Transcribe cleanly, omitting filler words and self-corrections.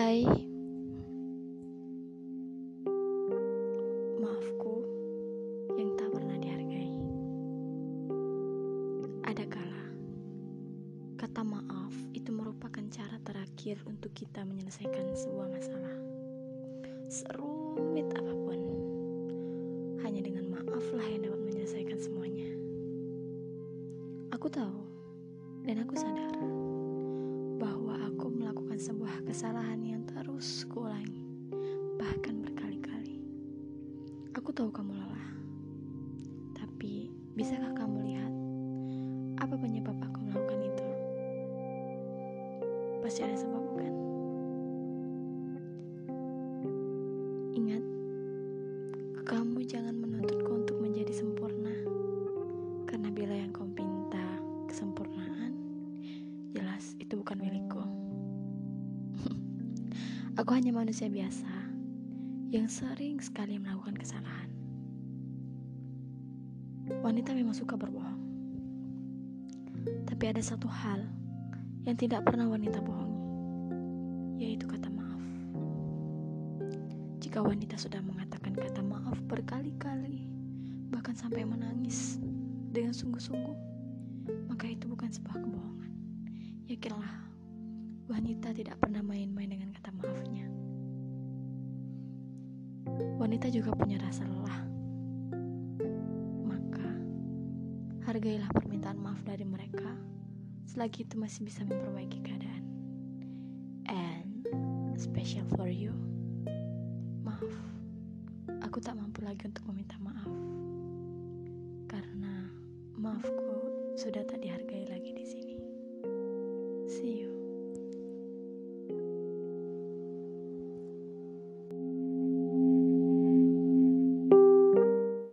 Hai, maafku yang tak pernah dihargai. Ada kala kata maaf itu merupakan cara terakhir untuk kita menyelesaikan sebuah masalah. Serumit apapun, hanya dengan maaflah yang dapat menyelesaikan semuanya. Aku tahu dan aku sadar bahwa aku melakukan sebuah kesalahan yang terus kuulangi, bahkan berkali-kali. Aku tahu kamu lelah, tapi bisakah kamu lihat apa penyebab aku melakukan itu? Pasti ada sebab, bukan? Ingat, kamu jangan menuntutku untuk menjadi sempurna, karena bila yang kau minta kesempurnaan, jelas itu bukan milikku. Aku hanya manusia biasa yang sering sekali melakukan kesalahan. Wanita memang suka berbohong, tapi ada satu hal yang tidak pernah wanita bohongi, yaitu kata maaf. Jika wanita sudah mengatakan kata maaf berkali-kali, bahkan sampai menangis dengan sungguh-sungguh, maka itu bukan sebuah kebohongan. Yakinlah, wanita tidak pernah main-main dengan kata maafnya. Wanita juga punya rasa lelah, maka hargailah permintaan maaf dari mereka selagi itu masih bisa memperbaiki keadaan. And special for you, maaf, aku tak mampu lagi untuk meminta maaf, karena maafku sudah tak dihargai.